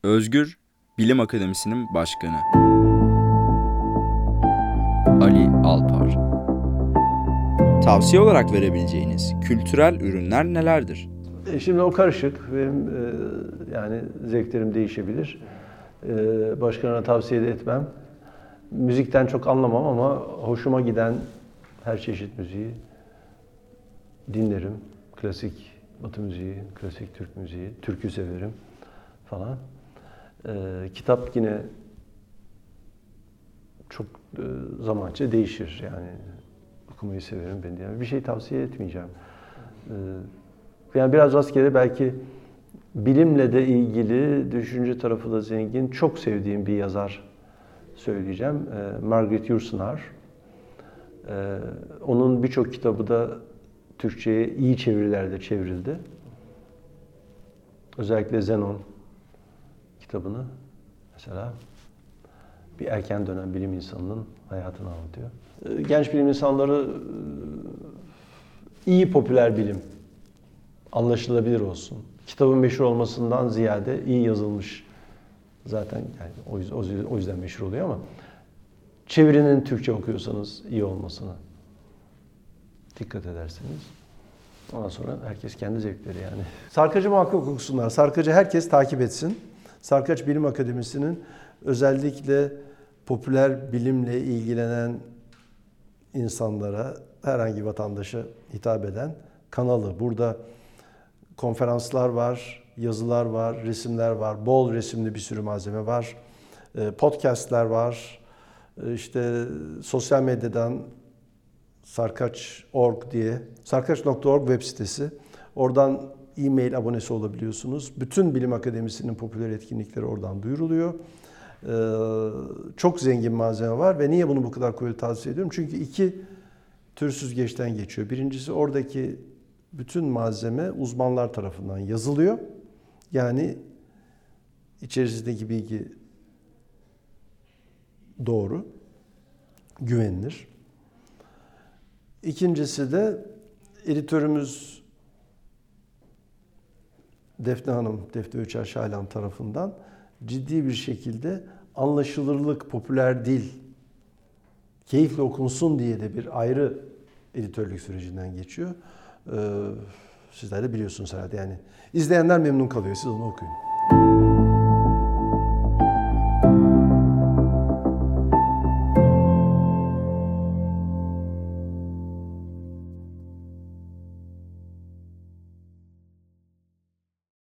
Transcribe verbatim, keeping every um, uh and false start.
Özgür Bilim Akademisi'nin başkanı Ali Alpar. Tavsiye olarak verebileceğiniz kültürel ürünler nelerdir? E şimdi o karışık. Benim e, yani zevklerim değişebilir. E, başkalarına tavsiye de etmem. Müzikten çok anlamam ama hoşuma giden her çeşit müziği dinlerim. Klasik Batı müziği, klasik Türk müziği, türkü severim falan. E, kitap yine çok e, zamanca değişir yani. Okumayı severim ben diye. Bir şey tavsiye etmeyeceğim. E, yani biraz rastgele belki bilimle de ilgili düşünce tarafı da zengin. Çok sevdiğim bir yazar söyleyeceğim. E, Margaret Yourcenar. E, onun birçok kitabı da Türkçe'ye iyi çevirilerle çevrildi. Özellikle Zenon kitabını mesela bir erken dönem bilim insanının hayatını anlatıyor. E, genç bilim insanları iyi popüler bilim, anlaşılabilir olsun. Kitabın meşhur olmasından ziyade iyi yazılmış. Zaten yani o yüzden meşhur oluyor ama çevirinin Türkçe okuyorsanız iyi olmasına dikkat ederseniz ondan sonra herkes kendi zevkleri yani. Sarkacı muhakkak okusunlar. Sarkacı herkes takip etsin. Sarkaç Bilim Akademisi'nin özellikle popüler bilimle ilgilenen insanlara, herhangi vatandaşa hitap eden kanalı. Burada konferanslar var, yazılar var, resimler var, bol resimli bir sürü malzeme var, podcastler var, işte sosyal medyadan sarkaç nokta org diye, sarkaç nokta org web sitesi. Oradan e-mail abonesi olabiliyorsunuz. Bütün Bilim Akademisi'nin popüler etkinlikleri oradan duyuruluyor. Çok zengin malzeme var ve niye bunu bu kadar kuvvetli tavsiye ediyorum? Çünkü iki tür süzgeçten geçiyor. Birincisi oradaki bütün malzeme uzmanlar tarafından yazılıyor. Yani içerisindeki bilgi doğru, güvenilir. İkincisi de editörümüz Defne Hanım, Defne Öçer Şaylan tarafından ciddi bir şekilde anlaşılırlık, popüler dil, keyifle okunsun diye de bir ayrı editörlük sürecinden geçiyor. Ee, sizler de biliyorsunuz herhalde yani. İzleyenler memnun kalıyor, siz onu okuyun.